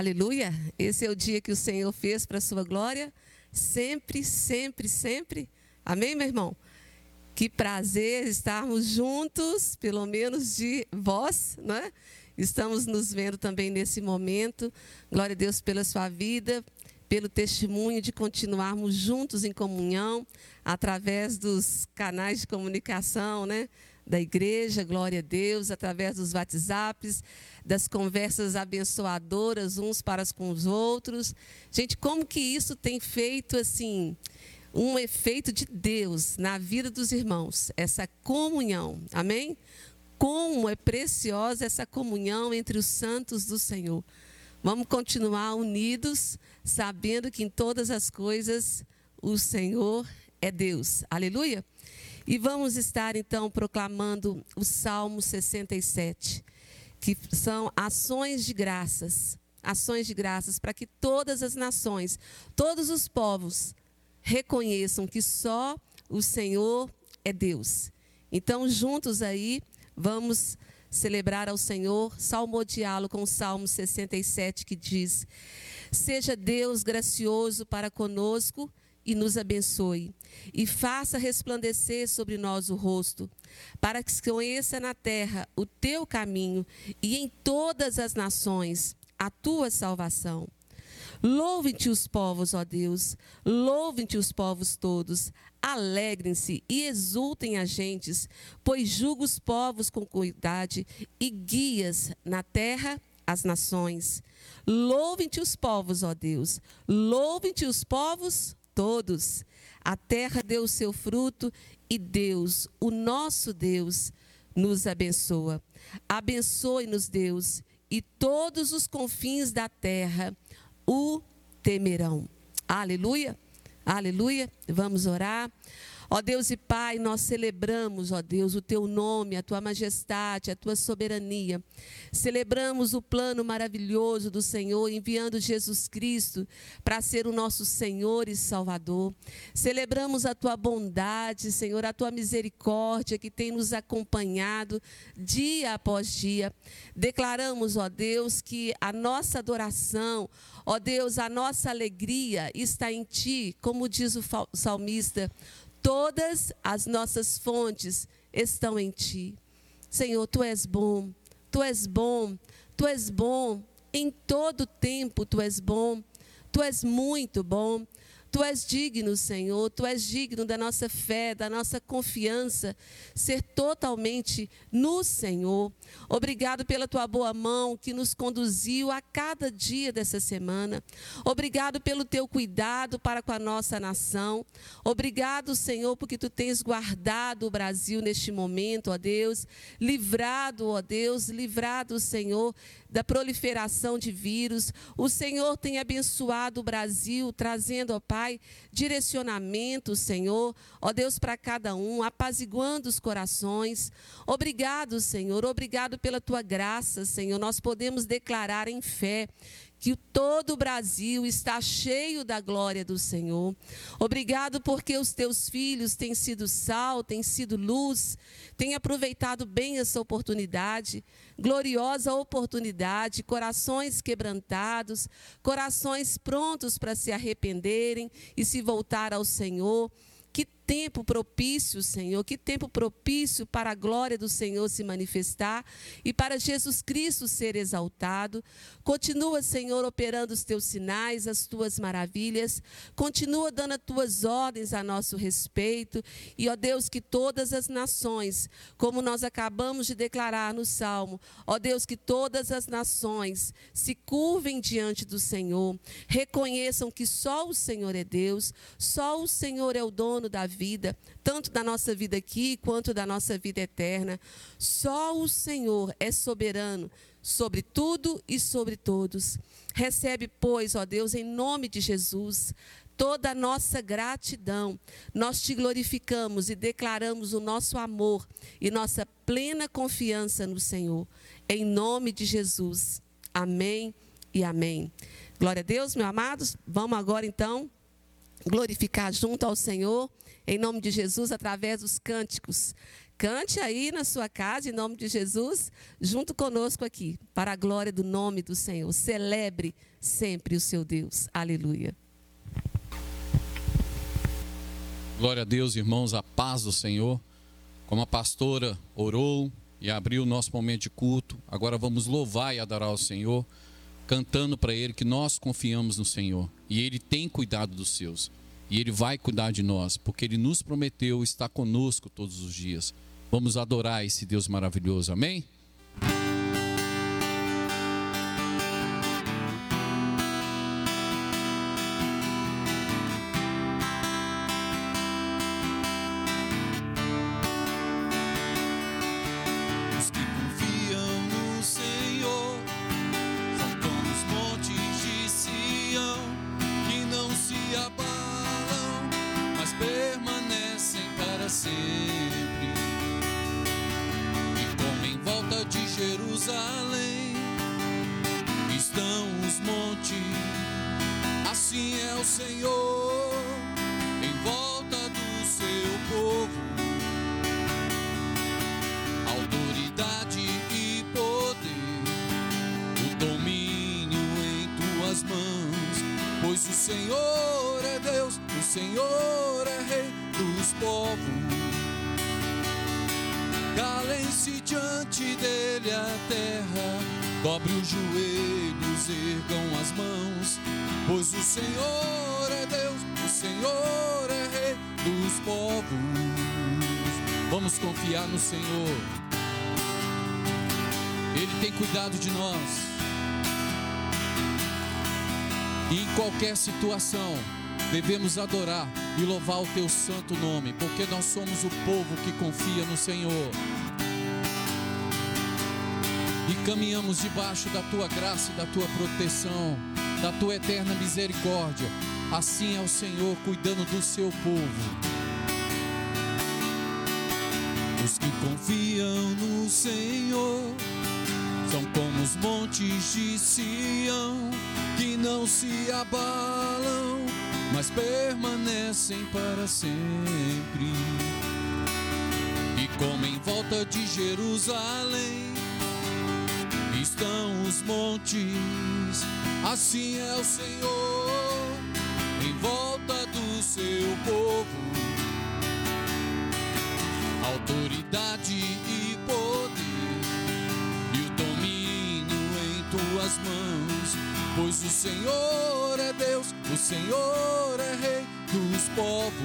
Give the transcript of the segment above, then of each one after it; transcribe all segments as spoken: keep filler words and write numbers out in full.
Aleluia! Esse é o dia que o Senhor fez para a sua glória, sempre, sempre, sempre. Amém, meu irmão? Que prazer estarmos juntos, pelo menos de voz, não é? Estamos nos vendo também nesse momento. Glória a Deus pela sua vida, pelo testemunho de continuarmos juntos em comunhão, através dos canais de comunicação, né? Da igreja, glória a Deus, através dos WhatsApps, das conversas abençoadoras uns para com os outros. Gente, como que isso tem feito, assim, um efeito de Deus na vida dos irmãos, essa comunhão, amém? Como é preciosa essa comunhão entre os santos do Senhor. Vamos continuar unidos, sabendo que em todas as coisas o Senhor é Deus, aleluia? E vamos estar, então, proclamando o Salmo sessenta e sete, que são ações de graças, ações de graças para que todas as nações, todos os povos reconheçam que só o Senhor é Deus. Então, juntos aí, vamos celebrar ao Senhor, salmodiá-lo com o Salmo sessenta e sete, que diz: seja Deus gracioso para conosco e nos abençoe, e faça resplandecer sobre nós o rosto, para que se conheça na terra o teu caminho e em todas as nações a tua salvação. Louvem-te os povos, ó Deus, louvem-te os povos todos, alegrem-se e exultem as gentes, pois julga os povos com cuidado e guias na terra as nações. Louvem-te os povos, ó Deus, louvem-te os povos todos. A terra deu o seu fruto e Deus, o nosso Deus, nos abençoa. Abençoe-nos, Deus, e todos os confins da terra o temerão. Aleluia, aleluia. Vamos orar. Ó Deus e Pai, nós celebramos, ó Deus, o Teu nome, a Tua majestade, a Tua soberania. Celebramos o plano maravilhoso do Senhor, enviando Jesus Cristo para ser o nosso Senhor e Salvador. Celebramos a Tua bondade, Senhor, a Tua misericórdia que tem nos acompanhado dia após dia. Declaramos, ó Deus, que a nossa adoração, ó Deus, a nossa alegria está em Ti, como diz o salmista. Todas as nossas fontes estão em Ti. Senhor, Tu és bom, Tu és bom, Tu és bom. Em todo tempo Tu és bom, Tu és muito bom. Tu és digno, Senhor, Tu és digno da nossa fé, da nossa confiança, ser totalmente no Senhor. Obrigado pela Tua boa mão que nos conduziu a cada dia dessa semana. Obrigado pelo Teu cuidado para com a nossa nação. Obrigado, Senhor, porque Tu tens guardado o Brasil neste momento, ó Deus. Livrado, ó Deus, livrado, Senhor, da proliferação de vírus. O Senhor tem abençoado o Brasil, trazendo, ó Pai, direcionamento, Senhor, ó Deus, para cada um, apaziguando os corações. Obrigado, Senhor, obrigado pela Tua graça, Senhor. Nós podemos declarar em fé que todo o Brasil está cheio da glória do Senhor. Obrigado porque os Teus filhos têm sido sal, têm sido luz, têm aproveitado bem essa oportunidade, gloriosa oportunidade, corações quebrantados, corações prontos para se arrependerem e se voltar ao Senhor. Que tempo propício, Senhor, que tempo propício para a glória do Senhor se manifestar e para Jesus Cristo ser exaltado. Continua, Senhor, operando os Teus sinais, as Tuas maravilhas. Continua dando as Tuas ordens a nosso respeito. E, ó Deus, que todas as nações, como nós acabamos de declarar no Salmo, ó Deus, que todas as nações se curvem diante do Senhor, reconheçam que só o Senhor é Deus, só o Senhor é o dono da vida, tanto da nossa vida aqui, quanto da nossa vida eterna. Só o Senhor é soberano sobre tudo e sobre todos. Recebe, pois, ó Deus, em nome de Jesus, toda a nossa gratidão. Nós Te glorificamos e declaramos o nosso amor e nossa plena confiança no Senhor. Em nome de Jesus. Amém e amém. Glória a Deus, meus amados. Vamos agora, então, glorificar junto ao Senhor, em nome de Jesus, através dos cânticos. Cante aí na sua casa, em nome de Jesus, junto conosco aqui, para a glória do nome do Senhor. Celebre sempre o seu Deus. Aleluia. Glória a Deus, irmãos, a paz do Senhor. Como a pastora orou e abriu o nosso momento de culto, agora vamos louvar e adorar o Senhor, cantando para Ele que nós confiamos no Senhor. E Ele tem cuidado dos seus. E Ele vai cuidar de nós, porque Ele nos prometeu estar conosco todos os dias. Vamos adorar esse Deus maravilhoso, amém? Os que confiam no Senhor são como os montes de Sião, que não se abalam, mas permanecem para sempre. Em volta de Jerusalém estão os montes, assim é o Senhor, em volta do seu povo. Autoridade e poder, o domínio em tuas mãos, pois o Senhor é Deus, o Senhor é Rei dos povos. Calem-se diante dele a terra, dobre os joelhos, ergam as mãos, pois o Senhor é Deus, o Senhor é Rei dos povos. Vamos confiar no Senhor, Ele tem cuidado de nós. E em qualquer situação, devemos adorar e louvar o teu santo nome, porque nós somos o povo que confia no Senhor. E caminhamos debaixo da tua graça e da tua proteção, da tua eterna misericórdia. Assim é o Senhor cuidando do seu povo. Os que confiam no Senhor são como os montes de Sião, que não se abalam, mas permanecem para sempre. E como em volta de Jerusalém estão os montes, assim é o Senhor, em volta do seu povo. Autoridade e poder, e o domínio em tuas mãos, pois o Senhor é Deus, o Senhor é Rei dos povos.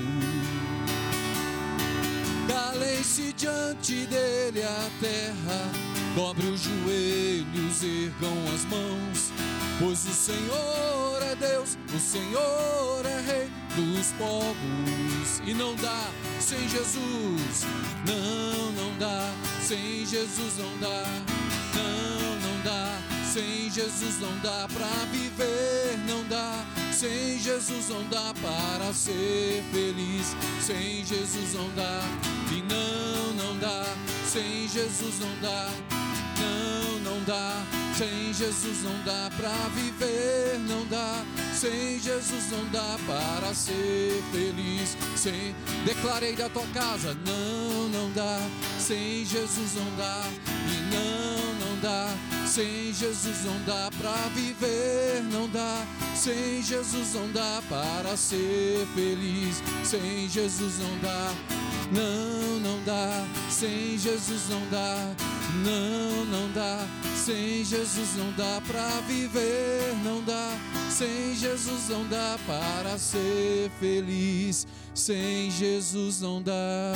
Calem-se diante dele a terra, dobre os joelhos, ergam as mãos, pois o Senhor é Deus, o Senhor é Rei dos povos. E não dá sem Jesus, não, não dá, sem Jesus não dá, não, não dá, sem Jesus não dá pra viver, não dá, sem Jesus não dá para ser feliz, sem Jesus não dá, e não, não dá, sem Jesus não dá, não, não dá, sem Jesus não dá pra viver, não dá, sem Jesus não dá para ser feliz, sem, declarei da tua casa, não, não dá, sem Jesus não dá, e não, não dá, sem Jesus não dá pra viver, não dá, sem Jesus não dá para ser feliz, sem Jesus não dá, não, não dá, sem Jesus não dá, não, não dá, sem Jesus não dá pra viver, não dá, sem Jesus não dá para ser feliz, sem Jesus não dá.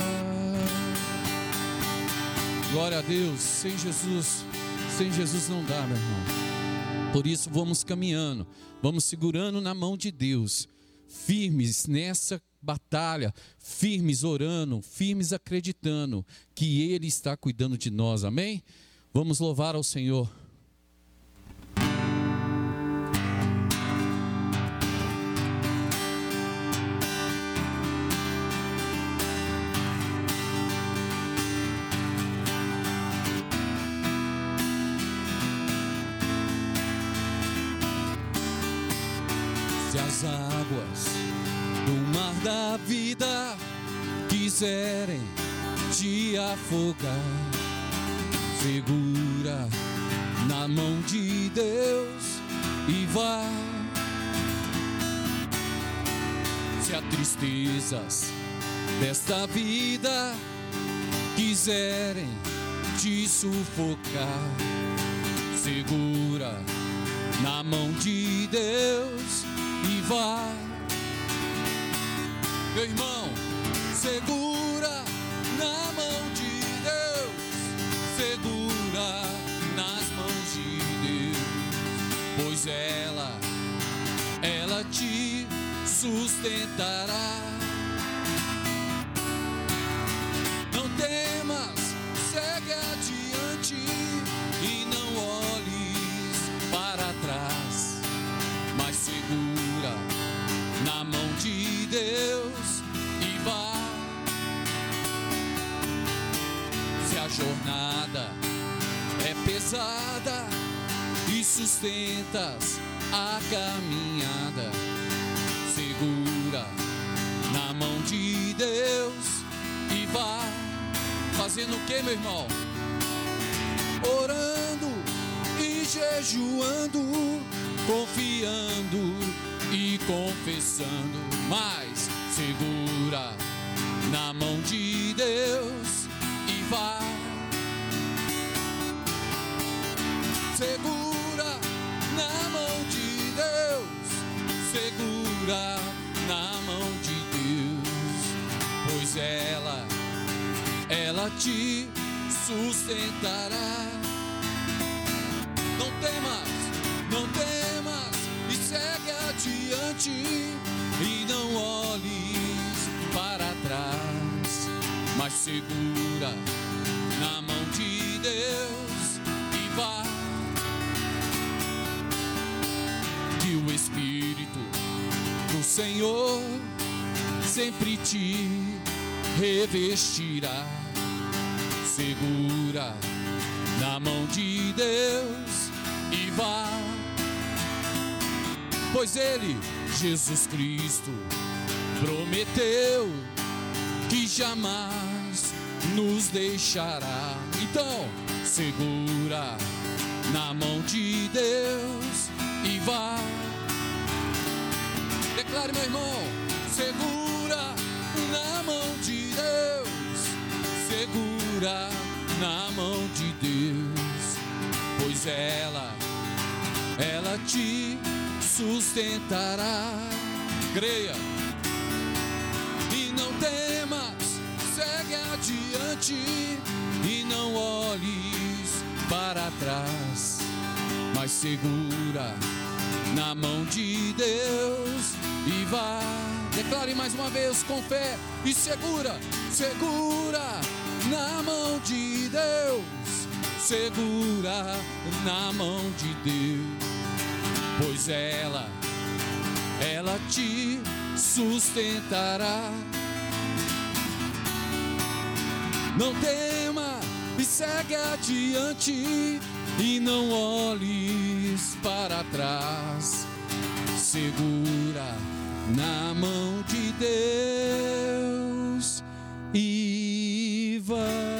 Glória a Deus, sem Jesus, sem Jesus não dá, meu irmão. Por isso vamos caminhando, vamos segurando na mão de Deus, firmes nessa batalha, firmes orando, firmes acreditando que Ele está cuidando de nós, amém? Vamos louvar ao Senhor. Se as águas do mar da vida quiserem te afogar. Segura na mão de Deus e vai. Se há tristezas desta vida quiserem te sufocar, segura na mão de Deus e vai. Meu irmão, segura na mão de Deus, segura nas mãos de Deus, pois ela, ela te sustentará. Não temas, segue adiante e não olhes para trás, mas segura na mão de Deus e vai. Se a jornada é pesada e sustentas a caminhada, segura na mão de Deus e vai. Fazendo o que, meu irmão? Orando e jejuando, confiando e confessando, mas segura na mão de Deus e vai. Segura na mão de Deus, segura na mão de Deus, pois ela, ela te sustentará. Não temas, não temas e segue adiante e não olhes para trás, mas segura na mão de Deus e vai. Que o Espírito do Senhor sempre te revestirá. Segura na mão de Deus e vai, pois Ele, Jesus Cristo, prometeu que jamais nos deixará. Então, segura na mão de Deus e vai. Declare, meu irmão, segura na mão de Deus, segura na mão de Deus, pois ela, ela te sustentará. Creia e não temas, segue adiante e não olhes para trás, mas segura na mão de Deus e vai. Declare mais uma vez com fé e segura, segura na mão de Deus, segura na mão de Deus, pois ela, ela te sustentará. Não tema e segue adiante e não olhes para trás, segura na mão de Deus e vai.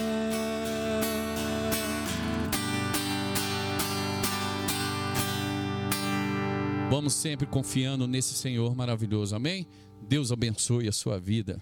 Vamos sempre confiando nesse Senhor maravilhoso, amém? Deus abençoe a sua vida.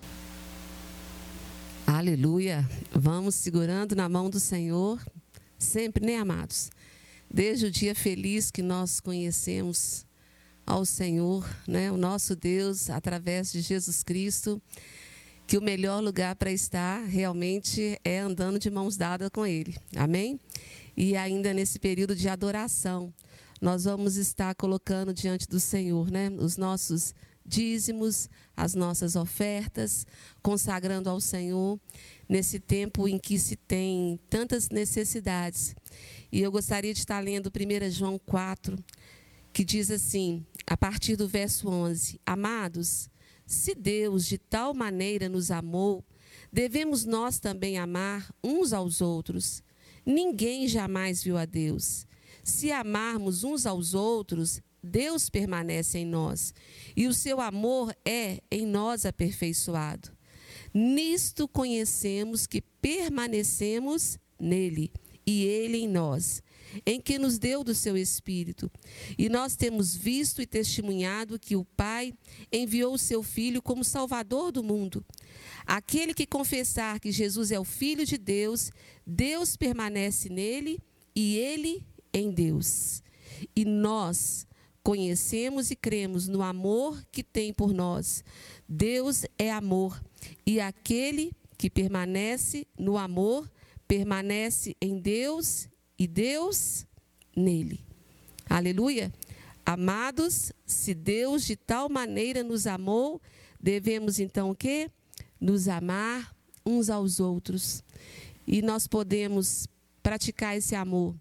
Aleluia. Vamos segurando na mão do Senhor, sempre, né, amados? Desde o dia feliz que nós conhecemos ao Senhor, né, o nosso Deus, através de Jesus Cristo, que o melhor lugar para estar realmente é andando de mãos dadas com Ele, amém? E ainda nesse período de adoração, nós vamos estar colocando diante do Senhor, né, os nossos dízimos, as nossas ofertas, consagrando ao Senhor, nesse tempo em que se tem tantas necessidades. E eu gostaria de estar lendo primeiro João quatro, que diz assim, a partir do verso onze: Amados, se Deus de tal maneira nos amou, devemos nós também amar uns aos outros. Ninguém jamais viu a Deus. Se amarmos uns aos outros, Deus permanece em nós, e o seu amor é em nós aperfeiçoado. Nisto conhecemos que permanecemos nele e ele em nós, em que nos deu do seu Espírito. E nós temos visto e testemunhado que o Pai enviou o seu Filho como Salvador do mundo. Aquele que confessar que Jesus é o Filho de Deus, Deus permanece nele e ele em Deus. E nós conhecemos e cremos no amor que tem por nós. Deus é amor, e aquele que permanece no amor, permanece em Deus e Deus nele. Aleluia! Amados, se Deus de tal maneira nos amou, devemos então o quê? Nos amar uns aos outros. E nós podemos praticar esse amor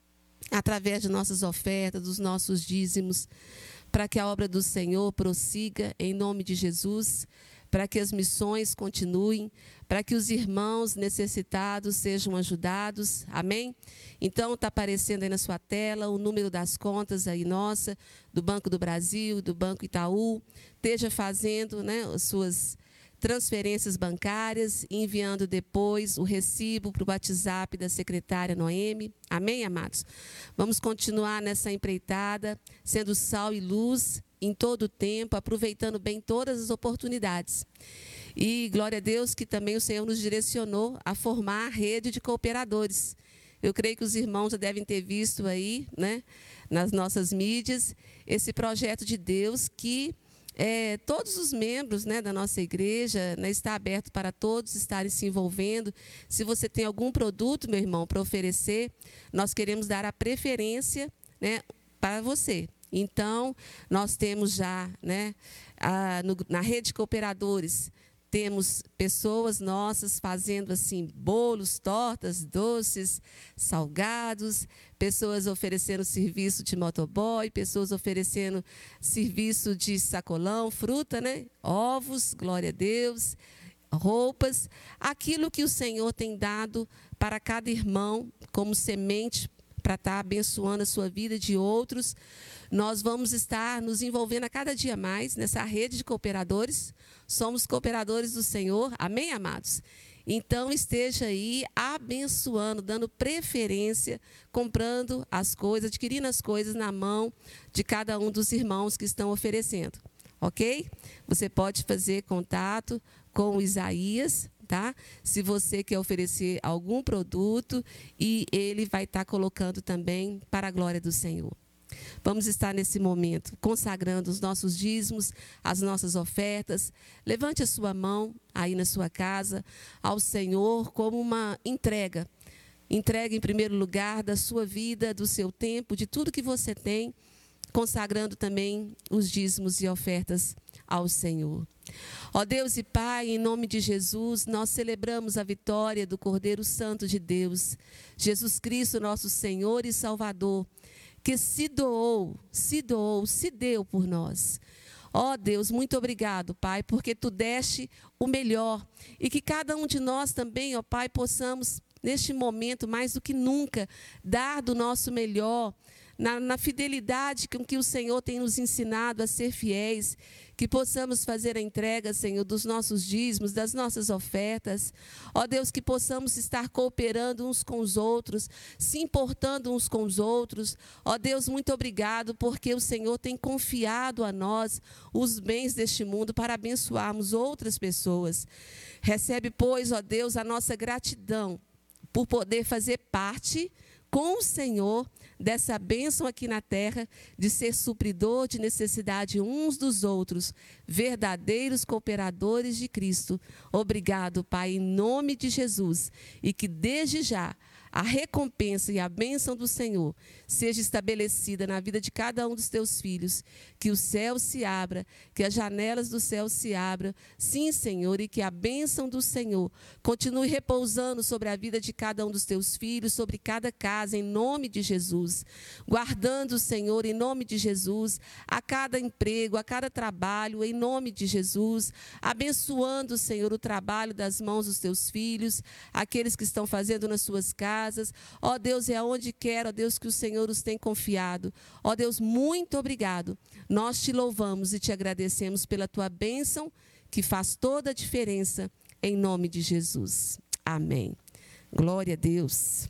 através de nossas ofertas, dos nossos dízimos, para que a obra do Senhor prossiga em nome de Jesus, para que as missões continuem, para que os irmãos necessitados sejam ajudados, amém? Então, está aparecendo aí na sua tela o número das contas aí nossa, do Banco do Brasil, do Banco Itaú, esteja fazendo, né, as suas transferências bancárias, enviando depois o recibo para o WhatsApp da secretária Noemi. Amém, amados? Vamos continuar nessa empreitada, sendo sal e luz em todo o tempo, aproveitando bem todas as oportunidades. E glória a Deus que também o Senhor nos direcionou a formar a rede de cooperadores. Eu creio que os irmãos já devem ter visto aí, né, nas nossas mídias, esse projeto de Deus que É, todos os membros, né, da nossa igreja, né, está aberto para todos estarem se envolvendo. Se você tem algum produto, meu irmão, para oferecer, nós queremos dar a preferência, né, para você. Então, nós temos já, né, a, no, na rede de cooperadores, temos pessoas nossas fazendo assim bolos, tortas, doces, salgados, pessoas oferecendo serviço de motoboy, pessoas oferecendo serviço de sacolão, fruta, né? Ovos, glória a Deus, roupas, aquilo que o Senhor tem dado para cada irmão como semente para estar abençoando a sua vida de outros. Nós vamos estar nos envolvendo a cada dia mais nessa rede de cooperadores. Somos cooperadores do Senhor, amém, amados? Então, esteja aí abençoando, dando preferência, comprando as coisas, adquirindo as coisas na mão de cada um dos irmãos que estão oferecendo, ok? Você pode fazer contato com o Isaías, tá? Se você quer oferecer algum produto, e ele vai estar colocando também para a glória do Senhor. Vamos estar nesse momento consagrando os nossos dízimos, as nossas ofertas. Levante a sua mão aí na sua casa ao Senhor como uma entrega. Entrega em primeiro lugar da sua vida, do seu tempo, de tudo que você tem, consagrando também os dízimos e ofertas ao Senhor. Ó Deus e Pai, em nome de Jesus, nós celebramos a vitória do Cordeiro Santo de Deus, Jesus Cristo, nosso Senhor e Salvador, que se doou, se doou, se deu por nós. Ó Deus, muito obrigado, Pai, porque Tu deste o melhor, e que cada um de nós também, ó Pai, possamos, neste momento, mais do que nunca, dar do nosso melhor, na, na fidelidade com que o Senhor tem nos ensinado a ser fiéis, que possamos fazer a entrega, Senhor, dos nossos dízimos, das nossas ofertas. Ó Deus, que possamos estar cooperando uns com os outros, se importando uns com os outros. Ó Deus, muito obrigado, porque o Senhor tem confiado a nós os bens deste mundo para abençoarmos outras pessoas. Recebe, pois, ó Deus, a nossa gratidão por poder fazer parte com o Senhor dessa bênção aqui na terra, de ser supridor de necessidade uns dos outros, verdadeiros cooperadores de Cristo. Obrigado, Pai, em nome de Jesus, e que desde já a recompensa e a bênção do Senhor seja estabelecida na vida de cada um dos teus filhos, que o céu se abra, que as janelas do céu se abram, sim, Senhor, e que a bênção do Senhor continue repousando sobre a vida de cada um dos teus filhos, sobre cada casa, em nome de Jesus, guardando, Senhor, em nome de Jesus, a cada emprego, a cada trabalho, em nome de Jesus, abençoando, Senhor, o trabalho das mãos dos teus filhos, aqueles que estão fazendo nas suas casas. Ó Deus, é aonde quer, ó Deus, que o Senhor os tem confiado. Ó Deus, muito obrigado. Nós te louvamos e te agradecemos pela tua bênção, que faz toda a diferença em nome de Jesus. Amém. Glória a Deus.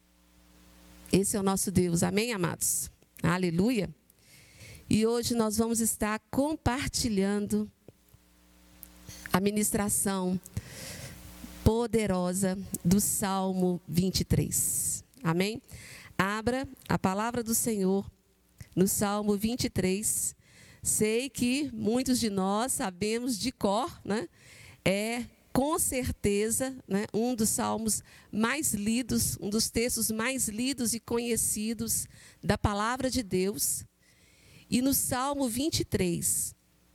Esse é o nosso Deus. Amém, amados? Aleluia. E hoje nós vamos estar compartilhando a ministração poderosa do Salmo vinte e três. Amém? Abra a palavra do Senhor no Salmo vinte e três. Sei que muitos de nós sabemos de cor, né? É com certeza, né, um dos salmos mais lidos, um dos textos mais lidos e conhecidos da palavra de Deus. E no Salmo vinte e três,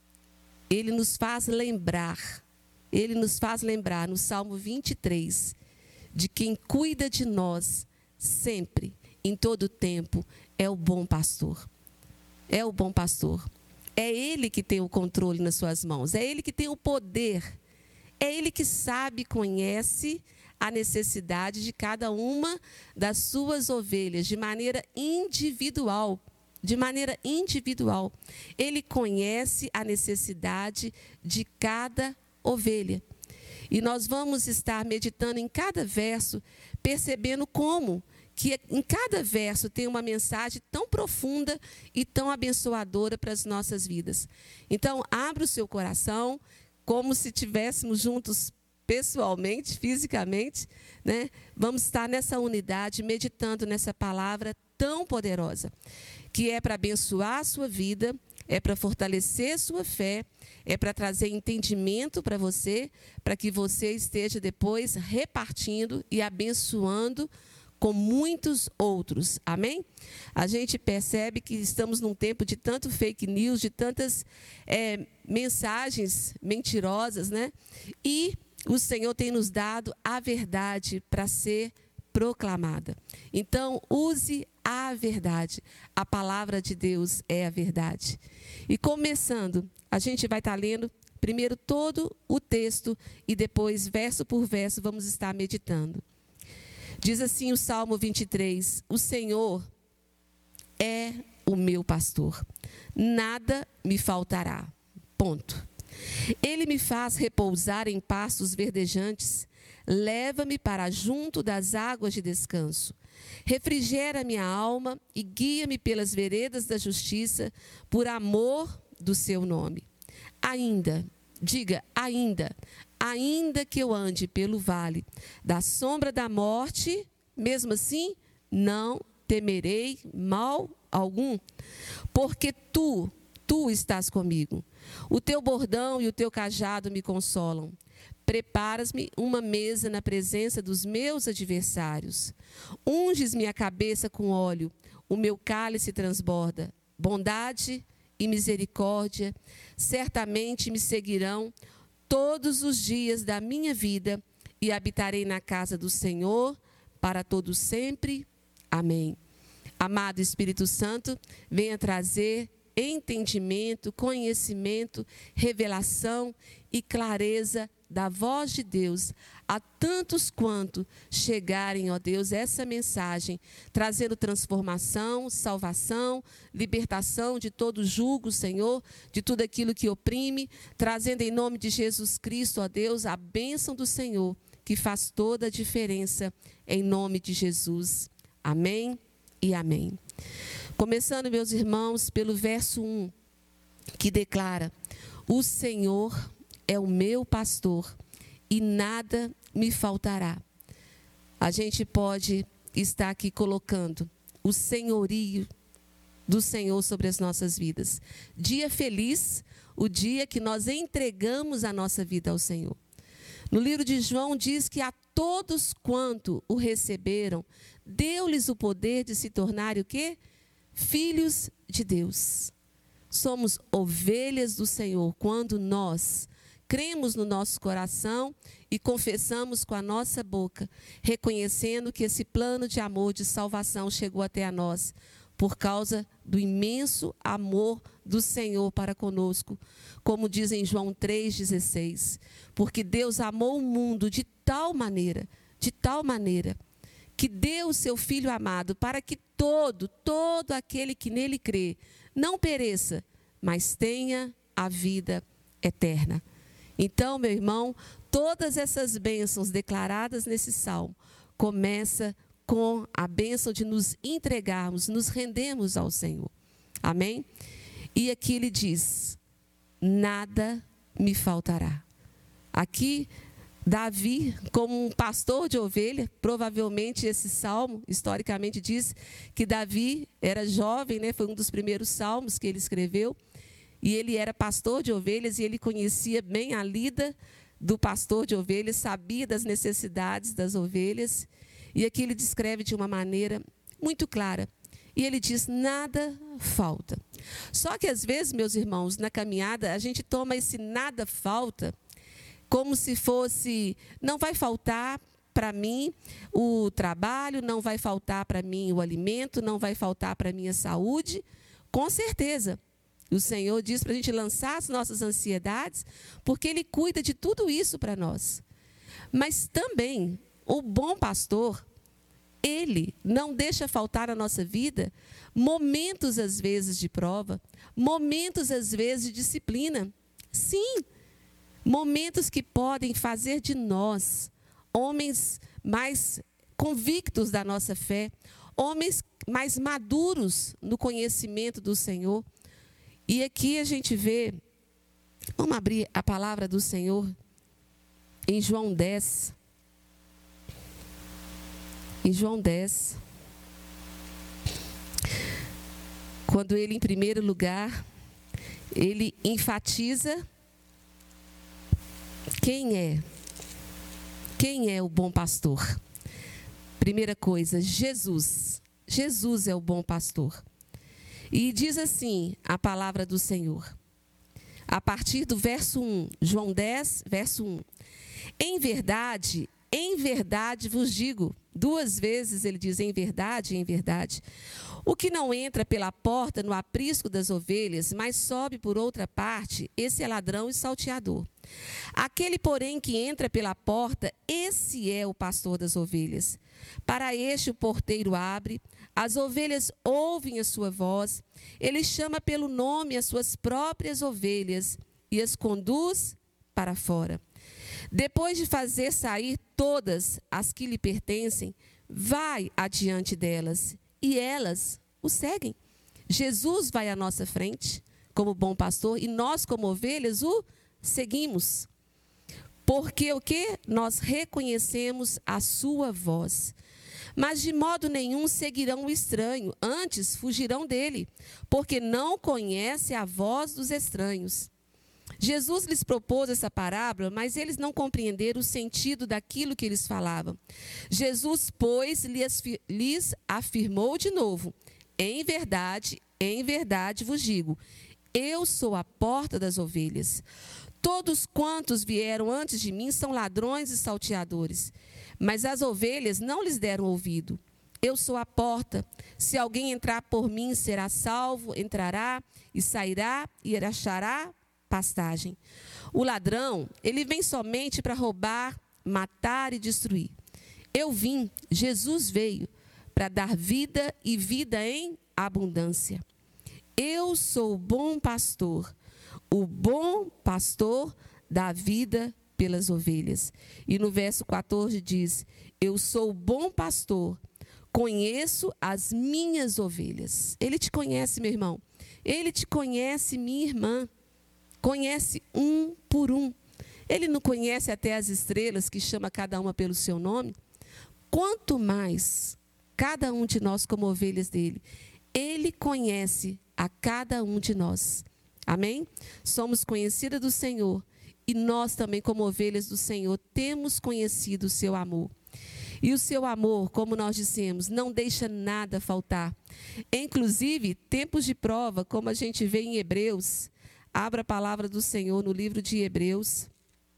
ele nos faz lembrar, ele nos faz lembrar, no Salmo vinte e três, de quem cuida de nós sempre, em todo tempo, é o bom pastor. É o bom pastor. É ele que tem o controle nas suas mãos, é ele que tem o poder. É ele que sabe, conhece a necessidade de cada uma das suas ovelhas, de maneira individual, de maneira individual. Ele conhece a necessidade de cada ovelha. E nós vamos estar meditando em cada verso, percebendo como que em cada verso tem uma mensagem tão profunda e tão abençoadora para as nossas vidas. Então, abra o seu coração, como se estivéssemos juntos pessoalmente, fisicamente, né? Vamos estar nessa unidade, meditando nessa palavra tão poderosa, que é para abençoar a sua vida, é para fortalecer a sua fé, é para trazer entendimento para você, para que você esteja depois repartindo e abençoando com muitos outros. Amém? A gente percebe que estamos num tempo de tanto fake news, de tantas é, mensagens mentirosas, né? E o Senhor tem nos dado a verdade para ser proclamada. Então, use a verdade. A palavra de Deus é a verdade. E começando, a gente vai estar lendo primeiro todo o texto e depois, verso por verso, vamos estar meditando. Diz assim o Salmo vinte e três, o Senhor é o meu pastor, nada me faltará. Ponto. Ele me faz repousar em pastos verdejantes, leva-me para junto das águas de descanso. Refrigera minha alma e guia-me pelas veredas da justiça, por amor do seu nome. Ainda, diga, ainda, ainda que eu ande pelo vale da sombra da morte, mesmo assim, não temerei mal algum, porque tu, tu estás comigo. O teu bordão e o teu cajado me consolam. Preparas-me uma mesa na presença dos meus adversários. Unges minha cabeça com óleo, o meu cálice transborda. Bondade e misericórdia certamente me seguirão todos os dias da minha vida, e habitarei na casa do Senhor para todo sempre. Amém. Amado Espírito Santo, venha trazer entendimento, conhecimento, revelação e clareza da voz de Deus a tantos quanto chegarem, ó Deus, essa mensagem, trazendo transformação, salvação, libertação de todo jugo, Senhor, de tudo aquilo que oprime, trazendo em nome de Jesus Cristo, ó Deus, a bênção do Senhor, que faz toda a diferença, em nome de Jesus. Amém e amém. Começando, meus irmãos, pelo verso um, que declara: o Senhor é o meu pastor e nada me faltará. A gente pode estar aqui colocando o senhorio do Senhor sobre as nossas vidas. Dia feliz, o dia que nós entregamos a nossa vida ao Senhor. No livro de João diz que a todos quanto o receberam, deu-lhes o poder de se tornarem o quê? Filhos de Deus. Somos ovelhas do Senhor quando nós cremos no nosso coração e confessamos com a nossa boca, reconhecendo que esse plano de amor, de salvação chegou até a nós, por causa do imenso amor do Senhor para conosco, como diz em João três, dezesseis. Porque Deus amou o mundo de tal maneira, de tal maneira, que deu o seu Filho amado para que todo, todo aquele que nele crê, não pereça, mas tenha a vida eterna. Então, meu irmão, todas essas bênçãos declaradas nesse salmo começa com a bênção de nos entregarmos, nos rendermos ao Senhor. Amém? E aqui ele diz: nada me faltará. Aqui, Davi, como um pastor de ovelha, provavelmente esse salmo, historicamente diz que Davi era jovem, né? Foi um dos primeiros salmos que ele escreveu, e ele era pastor de ovelhas, e ele conhecia bem a lida do pastor de ovelhas, sabia das necessidades das ovelhas, e aqui ele descreve de uma maneira muito clara. E ele diz: nada falta. Só que às vezes, meus irmãos, na caminhada, a gente toma esse nada falta como se fosse: não vai faltar para mim o trabalho, não vai faltar para mim o alimento, não vai faltar para mim a saúde. Com certeza, o Senhor diz para a gente lançar as nossas ansiedades, porque Ele cuida de tudo isso para nós. Mas também, o bom pastor, Ele não deixa faltar na nossa vida momentos, às vezes, de prova, momentos, às vezes, de disciplina. Sim, momentos que podem fazer de nós homens mais convictos da nossa fé, homens mais maduros no conhecimento do Senhor. E aqui a gente vê, vamos abrir a palavra do Senhor em João dez. Em João dez, quando ele, em primeiro lugar, ele enfatiza quem é, quem é o bom pastor. Primeira coisa, Jesus. Jesus é o bom pastor. E diz assim a palavra do Senhor, a partir do verso um, João dez, verso um. Em verdade, em verdade vos digo, duas vezes ele diz em verdade, em verdade, o que não entra pela porta no aprisco das ovelhas, mas sobe por outra parte, esse é ladrão e salteador. Aquele, porém, que entra pela porta, esse é o pastor das ovelhas. Para este o porteiro abre, as ovelhas ouvem a sua voz, ele chama pelo nome as suas próprias ovelhas e as conduz para fora. Depois de fazer sair todas as que lhe pertencem, vai adiante delas e elas o seguem. Jesus vai à nossa frente como bom pastor e nós, como ovelhas, o seguimos. Porque o que? Nós reconhecemos a sua voz. Mas de modo nenhum seguirão o estranho, antes fugirão dele, porque não conhece a voz dos estranhos. Jesus lhes propôs essa parábola, mas eles não compreenderam o sentido daquilo que eles falavam. Jesus, pois, lhes afirmou de novo: em verdade, em verdade vos digo, eu sou a porta das ovelhas. Todos quantos vieram antes de mim são ladrões e salteadores, mas as ovelhas não lhes deram ouvido. Eu sou a porta. Se alguém entrar por mim, será salvo, entrará e sairá e achará pastagem. O ladrão, ele vem somente para roubar, matar e destruir. Eu vim, Jesus veio, para dar vida e vida em abundância. Eu sou o bom pastor. O bom pastor dá vida pelas ovelhas. E no verso quatorze diz: eu sou o bom pastor, conheço as minhas ovelhas. Ele te conhece, meu irmão. Ele te conhece, minha irmã. Conhece um por um. Ele não conhece até as estrelas, que chama cada uma pelo seu nome? Quanto mais cada um de nós como ovelhas dele, ele conhece a cada um de nós. Amém? Somos conhecidas do Senhor e nós também, como ovelhas do Senhor, temos conhecido o seu amor. E o seu amor, como nós dissemos, não deixa nada faltar. Inclusive, tempos de prova, como a gente vê em Hebreus. Abra a palavra do Senhor no livro de Hebreus.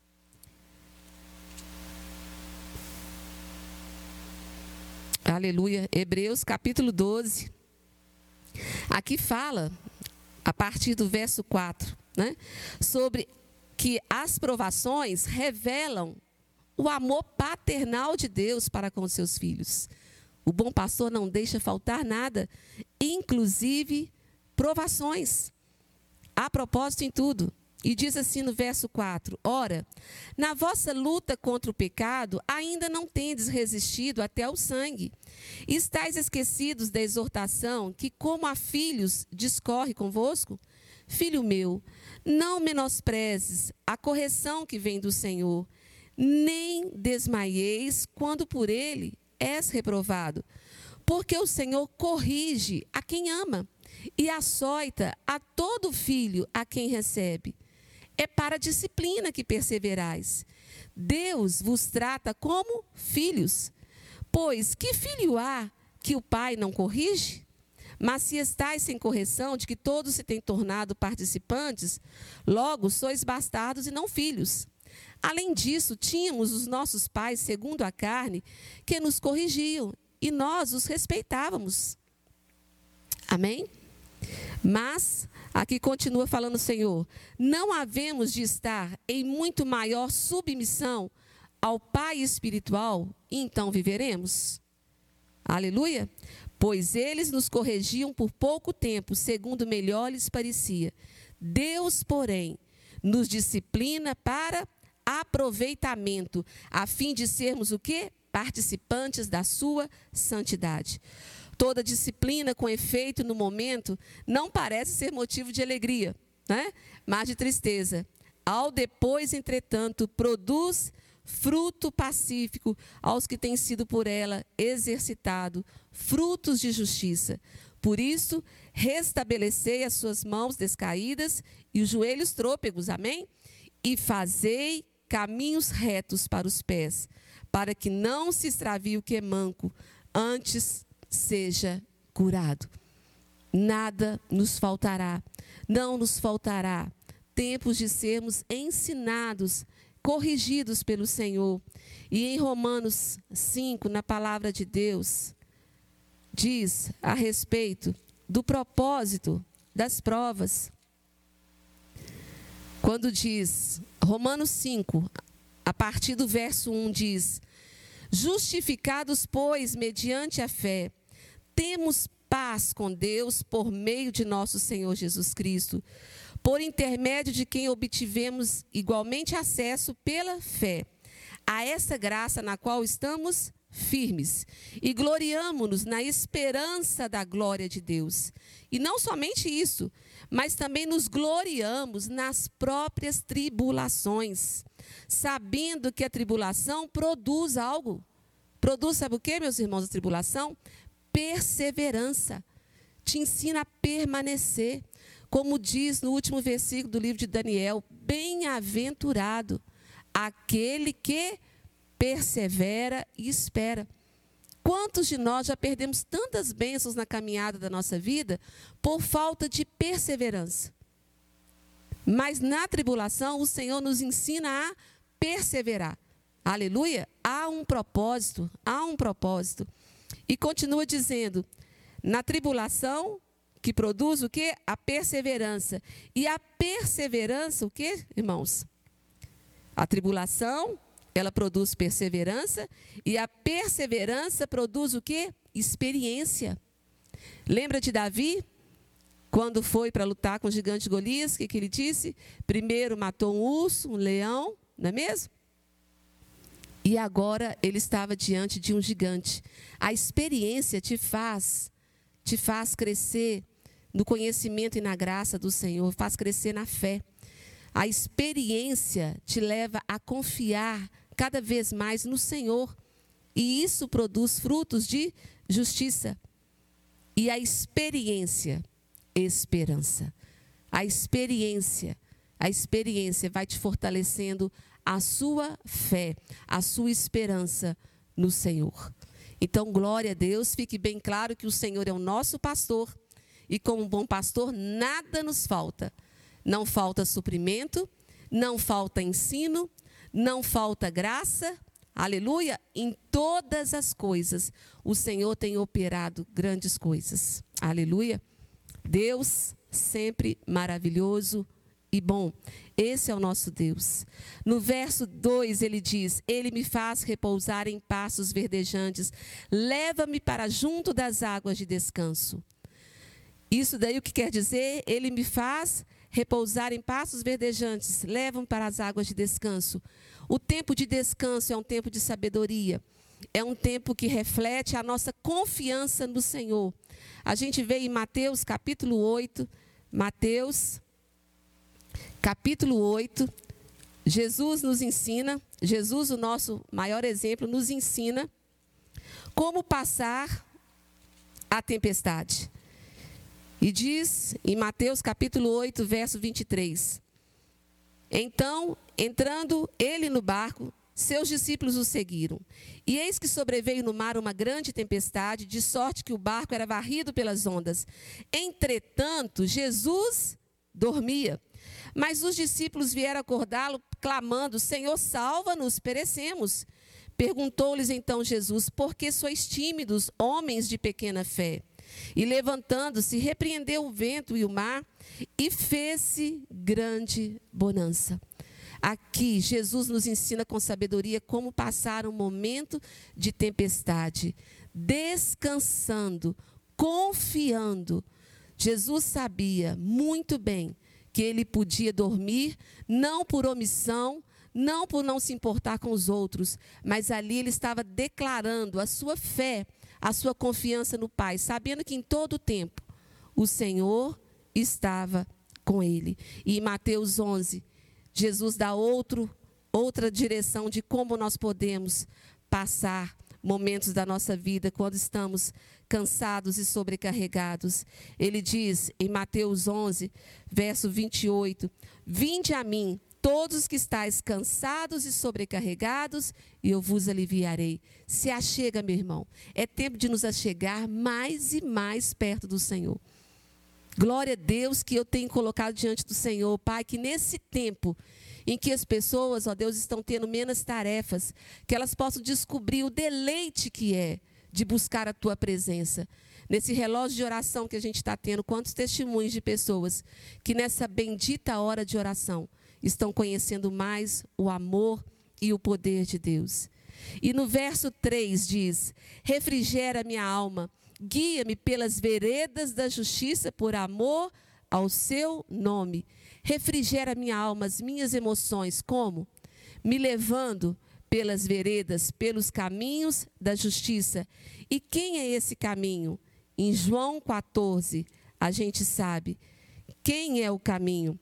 Aleluia. Hebreus capítulo doze. Aqui fala, a partir do verso quatro, né, sobre que as provações revelam o amor paternal de Deus para com os seus filhos. O bom pastor não deixa faltar nada, inclusive provações. Há propósito em tudo. E diz assim no verso quatro: ora, na vossa luta contra o pecado, ainda não tendes resistido até ao sangue. E estáis esquecidos da exortação que, como a filhos, discorre convosco? Filho meu, não menosprezes a correção que vem do Senhor, nem desmaieis quando por ele és reprovado. Porque o Senhor corrige a quem ama e açoita a todo filho a quem recebe. É para a disciplina que perseverais. Deus vos trata como filhos. Pois que filho há que o pai não corrige? Mas se estáis sem correção, de que todos se têm tornado participantes, logo sois bastardos e não filhos. Além disso, tínhamos os nossos pais, segundo a carne, que nos corrigiam, e nós os respeitávamos. Amém? Mas, aqui continua falando o Senhor, não havemos de estar em muito maior submissão ao Pai espiritual, e então viveremos? Aleluia? Pois eles nos corrigiam por pouco tempo, segundo melhor lhes parecia. Deus, porém, nos disciplina para aproveitamento, a fim de sermos o quê? Participantes da sua santidade. Toda disciplina com efeito no momento não parece ser motivo de alegria, né? Mas de tristeza. Ao depois, entretanto, produz fruto pacífico aos que têm sido por ela exercitado, frutos de justiça. Por isso, restabelecei as suas mãos descaídas e os joelhos trôpegos, amém? E fazei caminhos retos para os pés, para que não se extravie o que é manco, antes seja curado. Nada nos faltará, não nos faltará tempos de sermos ensinados, corrigidos pelo Senhor. E em Romanos cinco, na palavra de Deus, diz a respeito do propósito das provas. Quando diz, Romanos cinco, a partir do verso um, diz: justificados, pois, mediante a fé, temos paz com Deus por meio de nosso Senhor Jesus Cristo, por intermédio de quem obtivemos igualmente acesso pela fé a essa graça na qual estamos firmes e gloriamo-nos na esperança da glória de Deus. E não somente isso, mas também nos gloriamos nas próprias tribulações, sabendo que a tribulação produz algo. Produz, sabe o que, meus irmãos, a tribulação? Perseverança. Te ensina a permanecer. Como diz no último versículo do livro de Daniel: bem-aventurado aquele que persevera e espera. Quantos de nós já perdemos tantas bênçãos na caminhada da nossa vida por falta de perseverança? Mas na tribulação o Senhor nos ensina a perseverar. Aleluia? Há um propósito, há um propósito. E continua dizendo, na tribulação que produz o quê? A perseverança. E a perseverança, o quê, irmãos? A tribulação, ela produz perseverança, e a perseverança produz o quê? Experiência. Lembra de Davi? Quando foi para lutar com o gigante Golias, o que, que ele disse? Primeiro matou um urso, um leão, não é mesmo? E agora ele estava diante de um gigante. A experiência te faz, te faz crescer no conhecimento e na graça do Senhor, faz crescer na fé. A experiência te leva a confiar cada vez mais no Senhor. E isso produz frutos de justiça. E a experiência, esperança. A experiência, a experiência vai te fortalecendo a sua fé, a sua esperança no Senhor. Então, glória a Deus, fique bem claro que o Senhor é o nosso pastor. E como um bom pastor, nada nos falta. Não falta suprimento, não falta ensino, não falta graça. Aleluia! Em todas as coisas, o Senhor tem operado grandes coisas. Aleluia! Deus sempre maravilhoso e bom. Esse é o nosso Deus. No verso dois ele diz: Ele me faz repousar em pastos verdejantes, leva-me para junto das águas de descanso. Isso daí o que quer dizer? Ele me faz repousar em pastos verdejantes, levam para as águas de descanso. O tempo de descanso é um tempo de sabedoria. É um tempo que reflete a nossa confiança no Senhor. A gente vê em Mateus capítulo oito, Mateus capítulo oito, Jesus nos ensina, Jesus, o nosso maior exemplo, nos ensina como passar a tempestade. E diz em Mateus capítulo oito, verso vinte e três: Então, entrando ele no barco, seus discípulos o seguiram. E eis que sobreveio no mar uma grande tempestade, de sorte que o barco era varrido pelas ondas. Entretanto, Jesus dormia. Mas os discípulos vieram acordá-lo, clamando: Senhor, salva-nos, perecemos. Perguntou-lhes então Jesus: Por que sois tímidos, homens de pequena fé? E levantando-se, repreendeu o vento e o mar, e fez-se grande bonança. Aqui, Jesus nos ensina com sabedoria como passar um momento de tempestade, descansando, confiando. Jesus sabia muito bem que ele podia dormir, não por omissão, não por não se importar com os outros, mas ali ele estava declarando a sua fé, a sua confiança no Pai, sabendo que em todo o tempo o Senhor estava com ele. E em Mateus onze, Jesus dá outro, outra direção de como nós podemos passar momentos da nossa vida quando estamos cansados e sobrecarregados. Ele diz em Mateus onze, verso vinte e oito: Vinde a mim, todos que estáis cansados e sobrecarregados, e eu vos aliviarei. Se achega, meu irmão. É tempo de nos achegar mais e mais perto do Senhor. Glória a Deus que eu tenho colocado diante do Senhor, Pai, que nesse tempo em que as pessoas, ó Deus, estão tendo menos tarefas, que elas possam descobrir o deleite que é de buscar a Tua presença. Nesse relógio de oração que a gente está tendo, quantos testemunhos de pessoas que nessa bendita hora de oração estão conhecendo mais o amor e o poder de Deus. E no verso três diz: Refrigera minha alma, guia-me pelas veredas da justiça por amor ao seu nome. Refrigera minha alma, as minhas emoções, como? Me levando pelas veredas, pelos caminhos da justiça. E quem é esse caminho? Em João quatorze, a gente sabe quem é o caminho.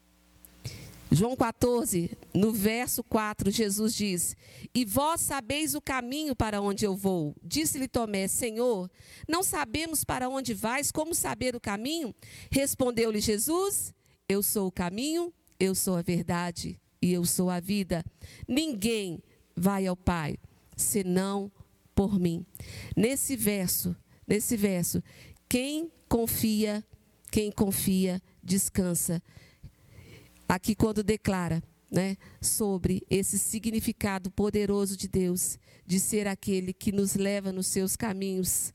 João quatorze, no verso quatro, Jesus diz: E vós sabeis o caminho para onde eu vou. Disse-lhe Tomé: Senhor, não sabemos para onde vais, como saber o caminho? Respondeu-lhe Jesus: Eu sou o caminho, eu sou a verdade e eu sou a vida. Ninguém vai ao Pai senão por mim. Nesse verso, nesse verso, quem confia, quem confia, descansa. Aqui quando declara, né, sobre esse significado poderoso de Deus, de ser aquele que nos leva nos seus caminhos.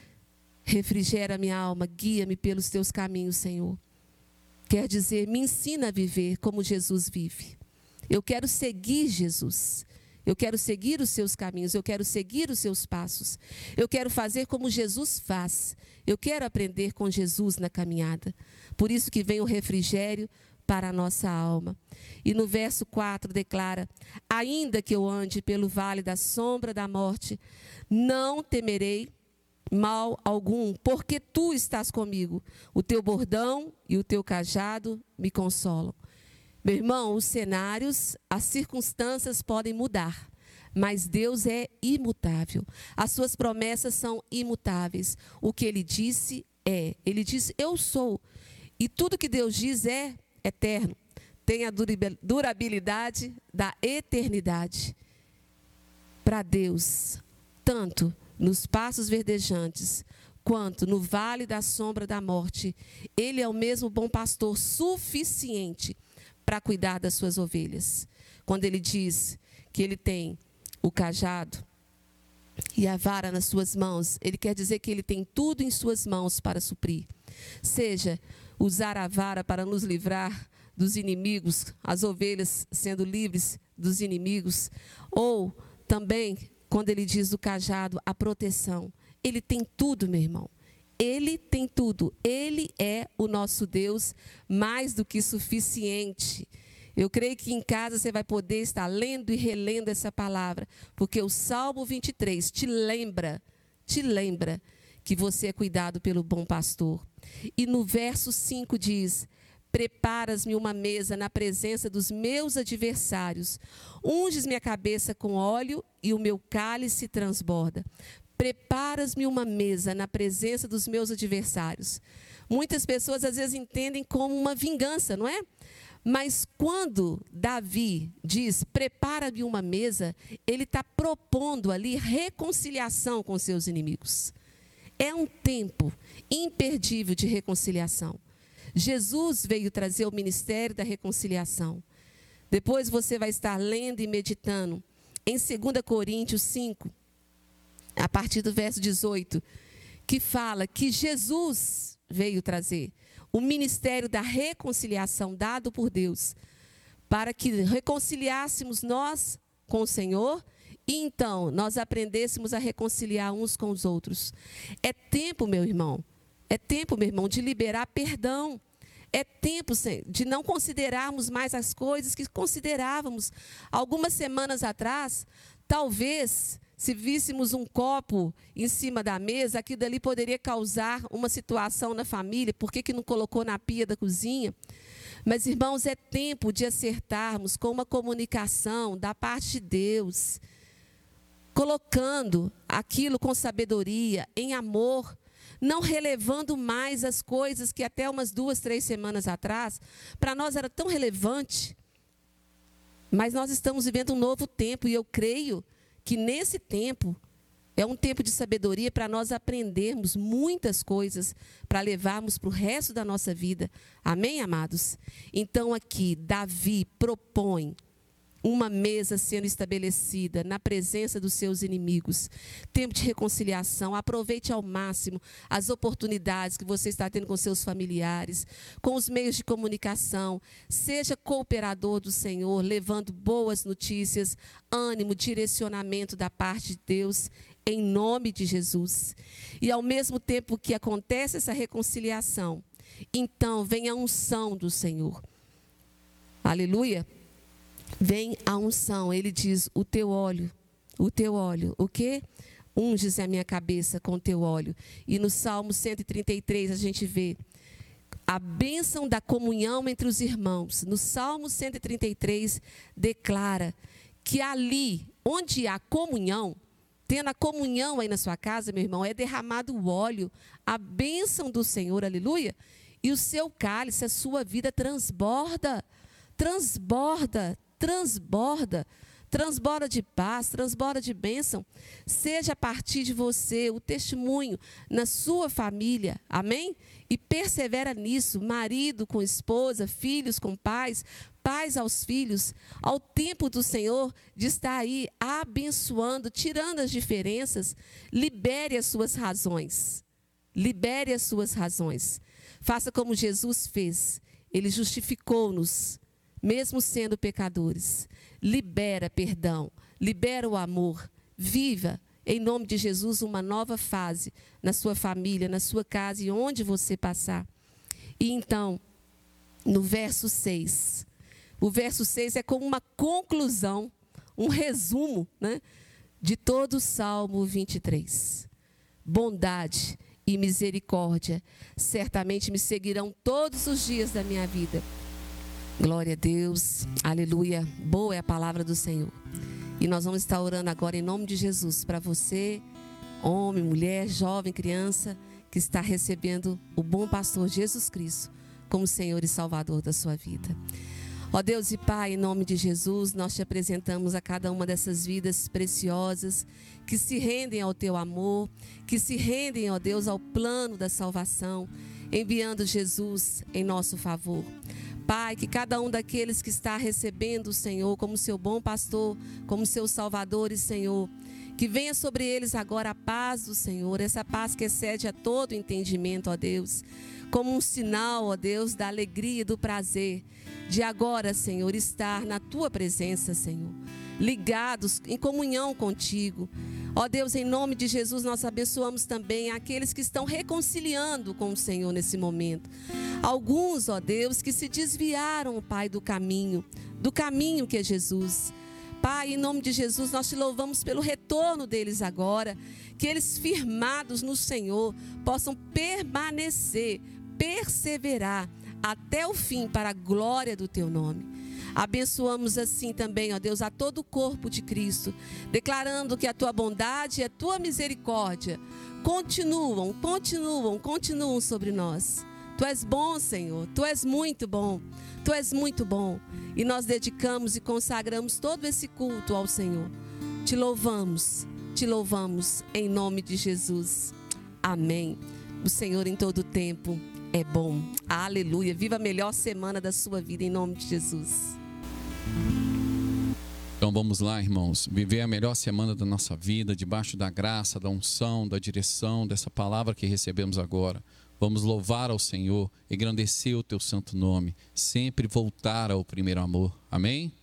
Refrigera minha alma, guia-me pelos teus caminhos, Senhor. Quer dizer, me ensina a viver como Jesus vive. Eu quero seguir Jesus. Eu quero seguir os seus caminhos, eu quero seguir os seus passos. Eu quero fazer como Jesus faz. Eu quero aprender com Jesus na caminhada. Por isso que vem o refrigério para a nossa alma. E no verso quatro declara: Ainda que eu ande pelo vale da sombra da morte, não temerei mal algum, porque tu estás comigo. O teu bordão e o teu cajado me consolam. Meu irmão, os cenários, as circunstâncias podem mudar, mas Deus é imutável. As suas promessas são imutáveis. O que Ele disse é. Ele disse: eu sou. E tudo que Deus diz é eterno. Tem a durabilidade da eternidade. Para Deus, tanto nos passos verdejantes, quanto no vale da sombra da morte, Ele é o mesmo bom pastor suficiente para cuidar das suas ovelhas. Quando Ele diz que Ele tem o cajado e a vara nas suas mãos, Ele quer dizer que Ele tem tudo em suas mãos para suprir. Seja usar a vara para nos livrar dos inimigos, as ovelhas sendo livres dos inimigos, ou também, quando Ele diz do cajado, a proteção. Ele tem tudo, meu irmão. Ele tem tudo. Ele é o nosso Deus mais do que suficiente. Eu creio que em casa você vai poder estar lendo e relendo essa palavra, porque o Salmo vinte e três te lembra, te lembra que você é cuidado pelo bom pastor. E no verso cinco diz: preparas-me uma mesa na presença dos meus adversários, unges minha cabeça com óleo e o meu cálice transborda. Preparas-me uma mesa na presença dos meus adversários. Muitas pessoas às vezes entendem como uma vingança, não é? Mas quando Davi diz, prepara-me uma mesa, ele está propondo ali reconciliação com seus inimigos. É um tempo imperdível de reconciliação. Jesus veio trazer o ministério da reconciliação. Depois você vai estar lendo e meditando em dois Coríntios cinco, a partir do verso dezoito, que fala que Jesus veio trazer o ministério da reconciliação dado por Deus, para que reconciliássemos nós com o Senhor e então nós aprendêssemos a reconciliar uns com os outros. É tempo, meu irmão, é tempo, meu irmão, de liberar perdão. É tempo de não considerarmos mais as coisas que considerávamos. Algumas semanas atrás, talvez, se víssemos um copo em cima da mesa, aquilo dali poderia causar uma situação na família. Por que que não colocou na pia da cozinha? Mas, irmãos, é tempo de acertarmos com uma comunicação da parte de Deus, colocando aquilo com sabedoria, em amor, não relevando mais as coisas que até umas duas, três semanas atrás, para nós era tão relevante. Mas nós estamos vivendo um novo tempo e eu creio que nesse tempo é um tempo de sabedoria para nós aprendermos muitas coisas para levarmos para o resto da nossa vida. Amém, amados? Então aqui, Davi propõe uma mesa sendo estabelecida na presença dos seus inimigos. Tempo de reconciliação. Aproveite ao máximo as oportunidades que você está tendo com seus familiares, com os meios de comunicação. Seja cooperador do Senhor, levando boas notícias, ânimo, direcionamento da parte de Deus, em nome de Jesus. E ao mesmo tempo que acontece essa reconciliação, então vem a unção do Senhor. Aleluia. Vem a unção, ele diz, o teu óleo, o teu óleo, o quê? Unges a minha cabeça com o teu óleo. E no Salmo cento e trinta e três a gente vê a bênção da comunhão entre os irmãos. No Salmo cento e trinta e três declara que ali, onde há comunhão, tendo a comunhão aí na sua casa, meu irmão, é derramado o óleo, a bênção do Senhor, aleluia, e o seu cálice, a sua vida transborda, transborda, transborda, transborda de paz, transborda de bênção. Seja a partir de você o testemunho na sua família, amém? E persevera nisso, marido com esposa, filhos com pais, pais aos filhos, ao tempo do Senhor de estar aí abençoando, tirando as diferenças. Libere as suas razões, libere as suas razões. Faça como Jesus fez, ele justificou-nos, mesmo sendo pecadores. Libera perdão, libera o amor, viva em nome de Jesus uma nova fase na sua família, na sua casa e onde você passar. E então, no verso seis, o verso seis é como uma conclusão, um resumo, né, de todo o Salmo vinte e três. Bondade e misericórdia certamente me seguirão todos os dias da minha vida. Glória a Deus, aleluia, boa é a palavra do Senhor. E nós vamos estar orando agora em nome de Jesus para você, homem, mulher, jovem, criança, que está recebendo o bom pastor Jesus Cristo como Senhor e Salvador da sua vida. Ó Deus e Pai, em nome de Jesus, nós te apresentamos a cada uma dessas vidas preciosas que se rendem ao teu amor, que se rendem, ó Deus, ao plano da salvação, enviando Jesus em nosso favor. Pai, que cada um daqueles que está recebendo o Senhor como seu bom pastor, como seu Salvador e Senhor, que venha sobre eles agora a paz do Senhor, essa paz que excede a todo entendimento, ó Deus, como um sinal, ó Deus, da alegria e do prazer de agora, Senhor, estar na tua presença, Senhor. ligados em comunhão contigo. Ó Deus, em nome de Jesus, nós abençoamos também aqueles que estão reconciliando com o Senhor nesse momento. Alguns, ó Deus, que se desviaram, Pai, do caminho, do caminho que é Jesus. Pai, em nome de Jesus, nós te louvamos pelo retorno deles agora, que eles firmados no Senhor possam permanecer, perseverar até o fim para a glória do teu nome. Abençoamos assim também, ó Deus, a todo o corpo de Cristo, declarando que a tua bondade e a tua misericórdia continuam, continuam, continuam sobre nós. Tu és bom, Senhor, Tu és muito bom, Tu és muito bom. E nós dedicamos e consagramos todo esse culto ao Senhor. Te louvamos, te louvamos em nome de Jesus. Amém. O Senhor em todo tempo é bom. Aleluia. Viva a melhor semana da sua vida em nome de Jesus. Então vamos lá, irmãos, viver a melhor semana da nossa vida, debaixo da graça, da unção, da direção, dessa palavra que recebemos agora. Vamos louvar ao Senhor, engrandecer o teu santo nome, sempre voltar ao primeiro amor. Amém?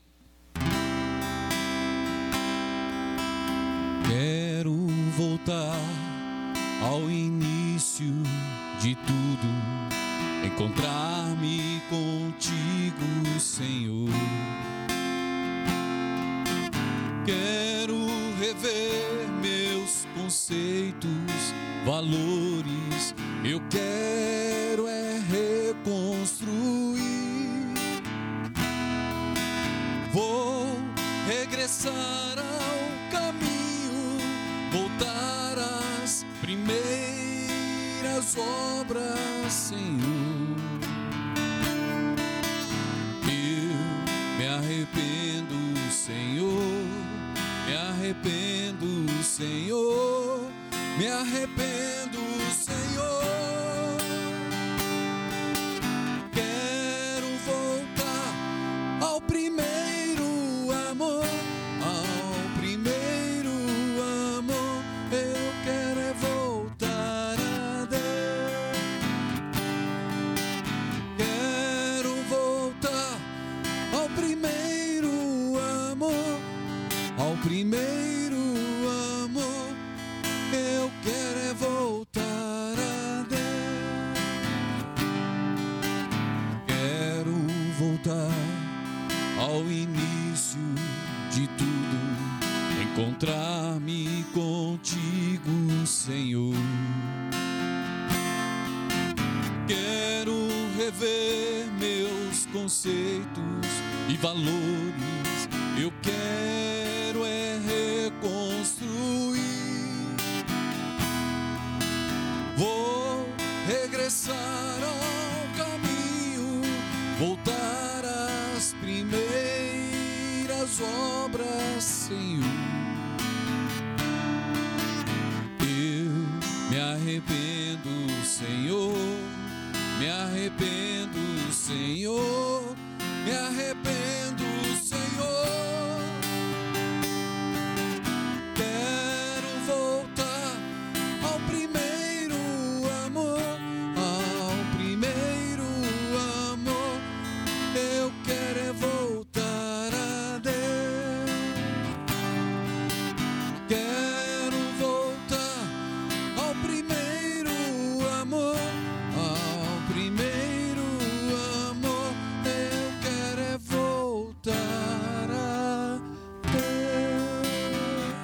Quero voltar ao início de tudo, encontrar-me contigo, Senhor. Quero rever meus conceitos, valores. Eu quero é reconstruir. Vou regressar ao caminho, voltar às primeiras obras, Senhor. Eu me arrependo, Senhor. Me arrependo, Senhor. Me arrependo, Senhor. Quero voltar ao primeiro amor, ao primeiro amor. Eu quero é voltar a Deus. Quero voltar ao primeiro amor, ao primeiro amor. Eu quero é voltar a Deus. Quero voltar ao início de tudo, encontrar-me contigo, Senhor. Quero rever meus conceitos e valores. Eu quero é reconstruir. Vou regressar ao caminho, voltar às primeiras obras, Senhor. Eu me arrependo, Senhor. Me arrependo, Senhor. Me arrependo, Senhor. Quero voltar ao primeiro amor, ao primeiro amor. Eu quero é voltar a Deus. Quero voltar ao primeiro amor, ao primeiro amor. Eu quero é voltar a Deus.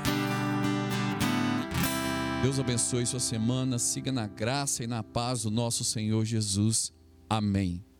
Deus abençoe sua semana, siga na graça e na paz do nosso Senhor Jesus. Amém.